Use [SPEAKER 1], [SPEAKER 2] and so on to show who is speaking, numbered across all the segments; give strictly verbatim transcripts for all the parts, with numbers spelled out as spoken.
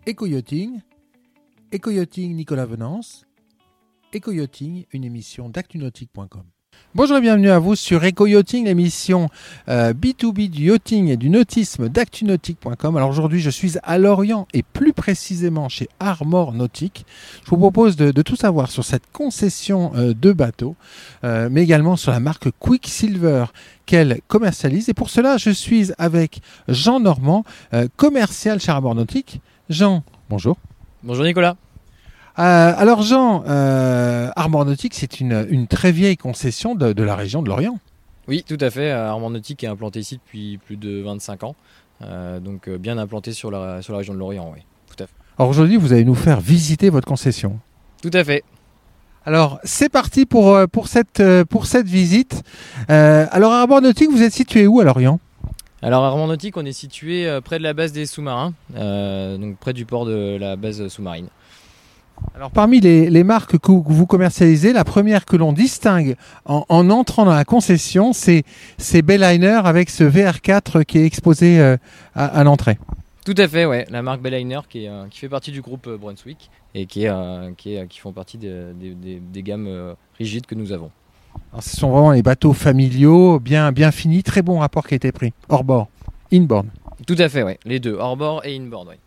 [SPEAKER 1] Éco-yachting, Éco-yachting Nicolas Venance, Éco-yachting, une émission d'actunautique point com. Bonjour et bienvenue à vous sur Éco-yachting, l'émission euh, B deux B du yachting et du nautisme d'actunautique point com. Alors aujourd'hui, je suis à Lorient et plus précisément chez Armor Nautique. Je vous propose de, de tout savoir sur cette concession euh, de bateaux, euh, mais également sur la marque Quicksilver qu'elle commercialise. Et pour cela, je suis avec Jean Normand, euh, commercial chez Armor Nautique. Jean, bonjour.
[SPEAKER 2] Bonjour Nicolas.
[SPEAKER 1] Euh, alors Jean, euh, Armor Nautique, c'est une, une très vieille concession de, de la région de Lorient.
[SPEAKER 2] Oui, tout à fait. Armor Nautique est implanté ici depuis plus de vingt-cinq ans, euh, donc bien implanté sur la, sur la région de Lorient, oui, tout à fait.
[SPEAKER 1] Alors aujourd'hui, vous allez nous faire visiter votre concession.
[SPEAKER 2] Tout à fait.
[SPEAKER 1] Alors c'est parti pour, pour, cette, pour cette visite. Euh, alors Armor Nautique, vous êtes situé où à Lorient ?
[SPEAKER 2] Alors Armor Nautique, on est situé près de la base des sous-marins, euh, donc près du port de la base sous-marine.
[SPEAKER 1] Alors parmi les, les marques que vous commercialisez, la première que l'on distingue en, en entrant dans la concession, c'est, c'est Bayliner avec ce V R quatre qui est exposé euh, à, à l'entrée.
[SPEAKER 2] Tout à fait, ouais. La marque Bayliner qui, est, euh, qui fait partie du groupe euh, Brunswick et qui, est, euh, qui, est, qui font partie des, des, des, des gammes euh, rigides que nous avons.
[SPEAKER 1] Alors, ce sont vraiment les bateaux familiaux, bien, bien finis, très bon rapport qualité-prix, hors-bord, inboard.
[SPEAKER 2] Tout à fait, ouais. Les deux, hors-bord et inboard, oui.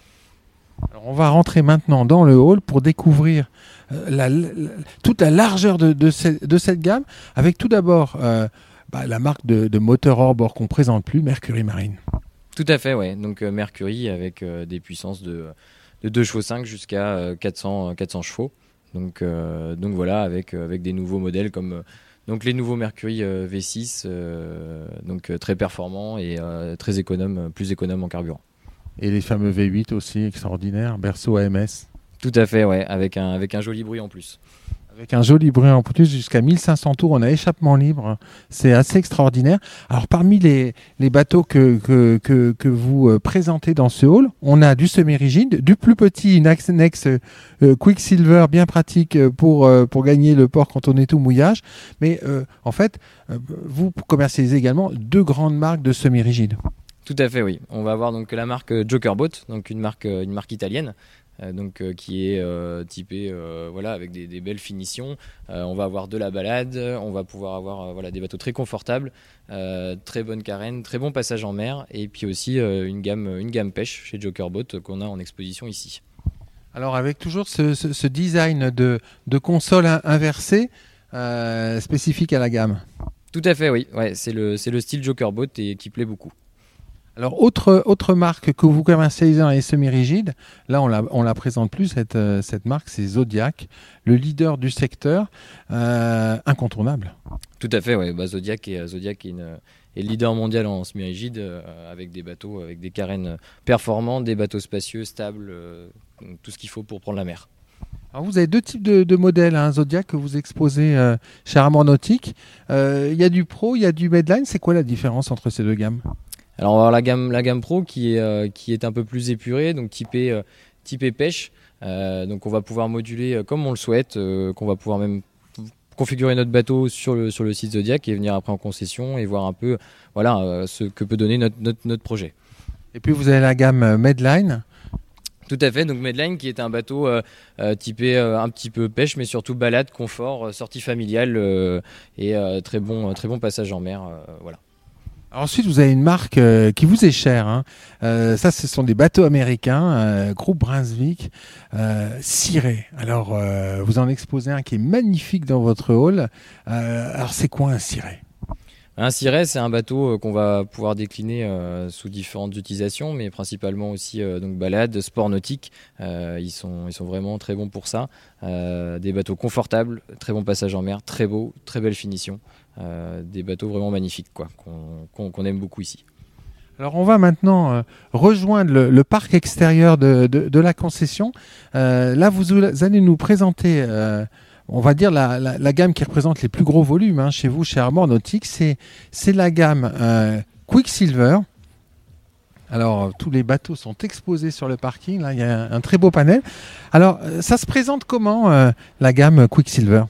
[SPEAKER 1] Alors, on va rentrer maintenant dans le hall pour découvrir euh, la, la, toute la largeur de, de, ce, de cette gamme, avec tout d'abord euh, bah, la marque de, de moteur hors-bord qu'on ne présente plus, Mercury Marine.
[SPEAKER 2] Tout à fait, ouais. Donc euh, Mercury avec euh, des puissances de, de deux virgule cinq jusqu'à euh, quatre cents, quatre cents chevaux. Donc, euh, donc voilà, avec, avec des nouveaux modèles comme euh, donc les nouveaux Mercury euh, V six, euh, donc euh, très performants et euh, très économes, plus économes en carburant.
[SPEAKER 1] Et les fameux V huit aussi, extraordinaires, Berceau A M S.
[SPEAKER 2] Tout à fait, ouais, avec un, avec un joli bruit en plus.
[SPEAKER 1] Avec un joli bruit en plus, jusqu'à mille cinq cents tours, on a échappement libre. C'est assez extraordinaire. Alors, parmi les, les bateaux que, que, que, que vous euh, présentez dans ce hall, on a du semi-rigide, du plus petit, une Axenex euh, Quicksilver bien pratique pour, euh, pour gagner le port quand on est tout mouillage. Mais euh, en fait, euh, vous commercialisez également deux grandes marques de semi-rigide.
[SPEAKER 2] Tout à fait, oui. On va avoir donc la marque Joker Boat, donc une marque, une marque italienne. Euh, donc, euh, qui est euh, typée euh, voilà, avec des, des belles finitions. Euh, on va avoir de la balade, on va pouvoir avoir euh, voilà, des bateaux très confortables, euh, très bonne carène, très bon passage en mer, et puis aussi euh, une, gamme, une gamme pêche chez Joker Boat qu'on a en exposition ici.
[SPEAKER 1] Alors avec toujours ce, ce, ce design de, de console inversée euh, spécifique à la gamme.
[SPEAKER 2] Tout à fait, oui. Ouais, c'est le, c'est le style Joker Boat et qui plaît beaucoup.
[SPEAKER 1] Alors, autre, autre marque que vous commercialisez dans les semi-rigides, là on la, on la présente plus, cette, euh, cette marque, c'est Zodiac, le leader du secteur, euh, incontournable.
[SPEAKER 2] Tout à fait, oui. Bah, Zodiac est, Zodiac est, une, est le leader mondial en semi-rigide, euh, avec des bateaux, avec des carènes performantes, des bateaux spacieux, stables, euh, tout ce qu'il faut pour prendre la mer.
[SPEAKER 1] Alors vous avez deux types de, de modèles, hein, Zodiac, que vous exposez euh, chez Armor Nautique. Euh, il y a du Pro, il y a du Medline. C'est quoi la différence entre ces deux gammes ?
[SPEAKER 2] Alors on va avoir la gamme, la gamme Pro qui est, euh, qui est un peu plus épurée, donc typée, euh, typée pêche. Euh, donc on va pouvoir moduler euh, comme on le souhaite, euh, qu'on va pouvoir même configurer notre bateau sur le, sur le site Zodiac et venir après en concession et voir un peu voilà, euh, ce que peut donner notre, notre, notre projet.
[SPEAKER 1] Et puis vous avez la gamme Medline.
[SPEAKER 2] Tout à fait, donc Medline qui est un bateau euh, euh, typé euh, un petit peu pêche, mais surtout balade, confort, euh, sortie familiale euh, et euh, très, bon, très bon passage en mer. Euh, voilà.
[SPEAKER 1] Alors ensuite, vous avez une marque euh, qui vous est chère. Hein. Euh, ça, ce sont des bateaux américains, euh, groupe Brunswick, euh, ciré. Alors, euh, vous en exposez un qui est magnifique dans votre hall. Euh, alors, c'est quoi un ciré ?
[SPEAKER 2] Un ciré, c'est un bateau qu'on va pouvoir décliner euh, sous différentes utilisations, mais principalement aussi euh, donc balade, sport nautique. Euh, ils sont, ils sont vraiment très bons pour ça. Euh, des bateaux confortables, très bon passage en mer, très beau, très belle finition. Euh, des bateaux vraiment magnifiques quoi, qu'on, qu'on, qu'on aime beaucoup ici.
[SPEAKER 1] Alors on va maintenant euh, rejoindre le, le parc extérieur de, de, de la concession. Euh, là, vous, vous allez nous présenter, euh, on va dire, la, la, la gamme qui représente les plus gros volumes hein, chez vous, chez Armor Nautique. C'est, c'est la gamme euh, Quicksilver. Alors, euh, tous les bateaux sont exposés sur le parking. Là, il y a un, un très beau panel. Alors, euh, ça se présente comment, euh, la gamme Quicksilver ?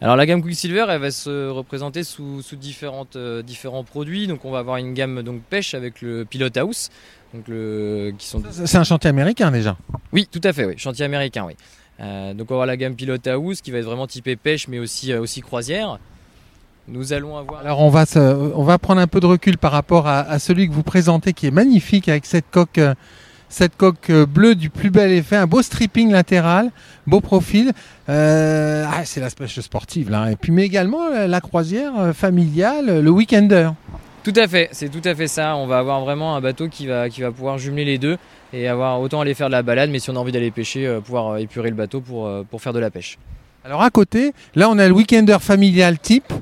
[SPEAKER 2] Alors la gamme Quicksilver, elle va se représenter sous, sous différentes, euh, différents produits. Donc on va avoir une gamme donc pêche avec le Pilot House. Donc le, qui sont...
[SPEAKER 1] C'est un chantier américain déjà.
[SPEAKER 2] Oui, tout à fait, oui. Chantier américain, oui. Euh, donc on va avoir la gamme Pilot House qui va être vraiment typée pêche mais aussi, euh, aussi croisière. Nous allons avoir...
[SPEAKER 1] Alors on va, se, on va prendre un peu de recul par rapport à, à celui que vous présentez qui est magnifique avec cette coque, euh, cette coque bleue du plus bel effet, un beau stripping latéral, beau profil. Euh, ah, c'est la pêche sportive là. Et puis mais également la, la croisière euh, familiale, le weekender.
[SPEAKER 2] Tout à fait, c'est tout à fait ça. On va avoir vraiment un bateau qui va, qui va pouvoir jumeler les deux et avoir autant aller faire de la balade, mais si on a envie d'aller pêcher, euh, pouvoir épurer le bateau pour, euh, pour faire de la pêche.
[SPEAKER 1] Alors à côté, là on a le weekender familial type.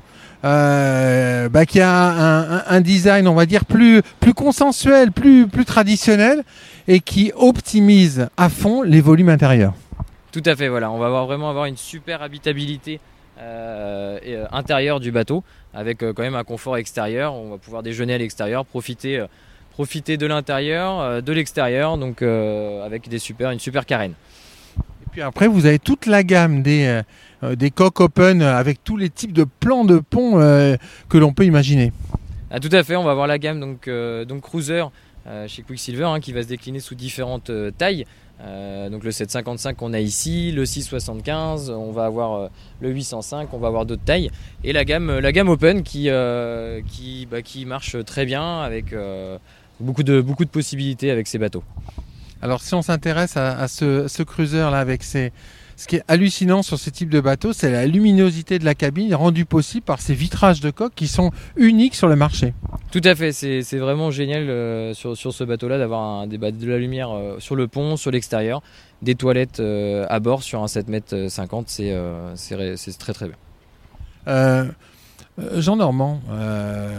[SPEAKER 1] Euh, bah, qui a un, un, un design, on va dire, plus, plus consensuel, plus, plus traditionnel et qui optimise à fond les volumes intérieurs.
[SPEAKER 2] Tout à fait, voilà. On va avoir vraiment avoir une super habitabilité euh, et, euh, intérieure du bateau avec euh, quand même un confort extérieur. On va pouvoir déjeuner à l'extérieur, profiter, euh, profiter de l'intérieur, euh, de l'extérieur, donc euh, avec des super, une super carène.
[SPEAKER 1] Et puis après, vous avez toute la gamme des... Euh, des coques open avec tous les types de plans de pont euh, que l'on peut imaginer.
[SPEAKER 2] Ah, tout à fait, on va avoir la gamme donc, euh, donc Cruiser euh, chez Quicksilver hein, qui va se décliner sous différentes euh, tailles. Euh, donc le sept cent cinquante-cinq qu'on a ici, le six cent soixante-quinze, on va avoir euh, le huit cent cinq, on va avoir d'autres tailles. Et la gamme, la gamme Open qui, euh, qui, bah, qui marche très bien avec euh, beaucoup, de, beaucoup de possibilités avec ces bateaux.
[SPEAKER 1] Alors si on s'intéresse à, à ce, ce Cruiser là avec ses... Ce qui est hallucinant sur ce type de bateau, c'est la luminosité de la cabine rendue possible par ces vitrages de coque qui sont uniques sur le marché.
[SPEAKER 2] Tout à fait, c'est, c'est vraiment génial euh, sur, sur ce bateau-là d'avoir un, des, de la lumière euh, sur le pont, sur l'extérieur, des toilettes euh, à bord sur un sept mètres cinquante, c'est, euh, c'est, c'est très très bien.
[SPEAKER 1] Euh, Jean Normand, euh,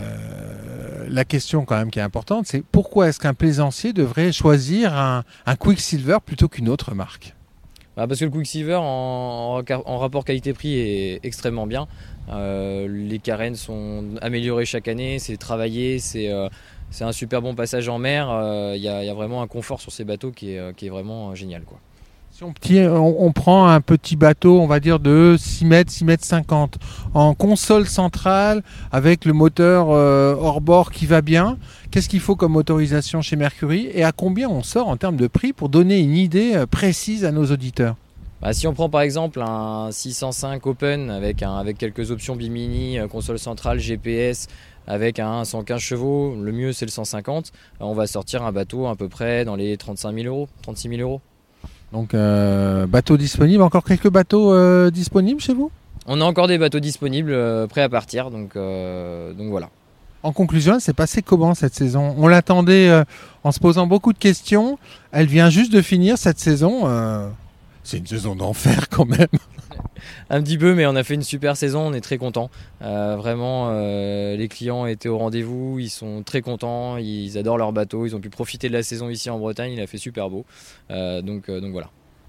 [SPEAKER 1] la question quand même qui est importante, c'est pourquoi est-ce qu'un plaisancier devrait choisir un, un Quicksilver plutôt qu'une autre marque ?
[SPEAKER 2] Bah parce que le Quicksilver en, en rapport qualité-prix est extrêmement bien. Euh, les carènes sont améliorées chaque année, c'est travaillé, c'est, euh, c'est un super bon passage en mer. Il euh, y, y a vraiment un confort sur ces bateaux qui est, qui est vraiment génial, quoi.
[SPEAKER 1] Si on, petit, on, on prend un petit bateau, on va dire de six mètres, six mètres cinquante, en console centrale, avec le moteur euh, hors bord qui va bien, qu'est-ce qu'il faut comme motorisation chez Mercury et à combien on sort en termes de prix pour donner une idée précise à nos auditeurs ?
[SPEAKER 2] Bah, si on prend par exemple un six cent cinq Open avec, un, avec quelques options Bimini, console centrale, G P S, avec un cent quinze chevaux, le mieux c'est le cent cinquante, on va sortir un bateau à peu près dans les trente-cinq mille euros, trente-six mille euros.
[SPEAKER 1] Donc euh, bateau disponible, encore quelques bateaux euh, disponibles chez vous ?
[SPEAKER 2] On a encore des bateaux disponibles, euh, prêts à partir, donc, euh, donc voilà.
[SPEAKER 1] En conclusion, elle s'est passée comment cette saison ? On l'attendait euh, en se posant beaucoup de questions. Elle vient juste de finir cette saison. Euh, c'est une saison d'enfer quand même.
[SPEAKER 2] Un petit peu, mais on a fait une super saison, on est très contents. Euh, vraiment, euh, les clients étaient au rendez-vous, ils sont très contents, ils adorent leur bateau, ils ont pu profiter de la saison ici en Bretagne, il a fait super beau. Euh, donc, euh, donc voilà.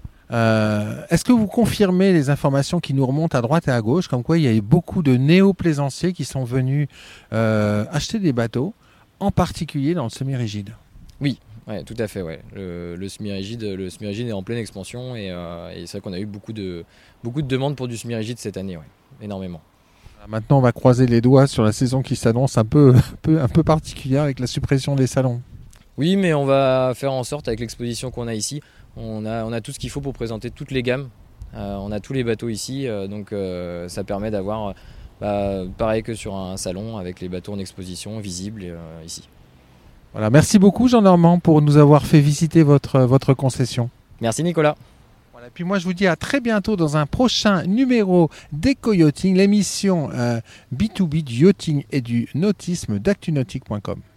[SPEAKER 1] Euh, est-ce que vous confirmez les informations qui nous remontent à droite et à gauche, comme quoi il y a eu beaucoup de néo-plaisanciers qui sont venus euh, acheter des bateaux, en particulier dans le semi-rigide ?
[SPEAKER 2] Oui. Ouais, tout à fait. Ouais. Le, le semi-rigide, le semi-rigide est en pleine expansion et, euh, et c'est vrai qu'on a eu beaucoup de, beaucoup de demandes pour du semi-rigide cette année, ouais. Énormément.
[SPEAKER 1] Maintenant, on va croiser les doigts sur la saison qui s'annonce un peu, un peu, un peu particulière avec la suppression des salons.
[SPEAKER 2] Oui, mais on va faire en sorte avec l'exposition qu'on a ici, on a, on a tout ce qu'il faut pour présenter toutes les gammes. Euh, on a tous les bateaux ici, euh, donc euh, ça permet d'avoir, bah, pareil que sur un salon, avec les bateaux en exposition visibles euh, ici.
[SPEAKER 1] Voilà, merci beaucoup Jean Normand pour nous avoir fait visiter votre, votre concession.
[SPEAKER 2] Merci Nicolas.
[SPEAKER 1] Voilà, puis moi je vous dis à très bientôt dans un prochain numéro d'Eco-Yachting, l'émission euh, B deux B du yachting et du nautisme d'actu nautique point com.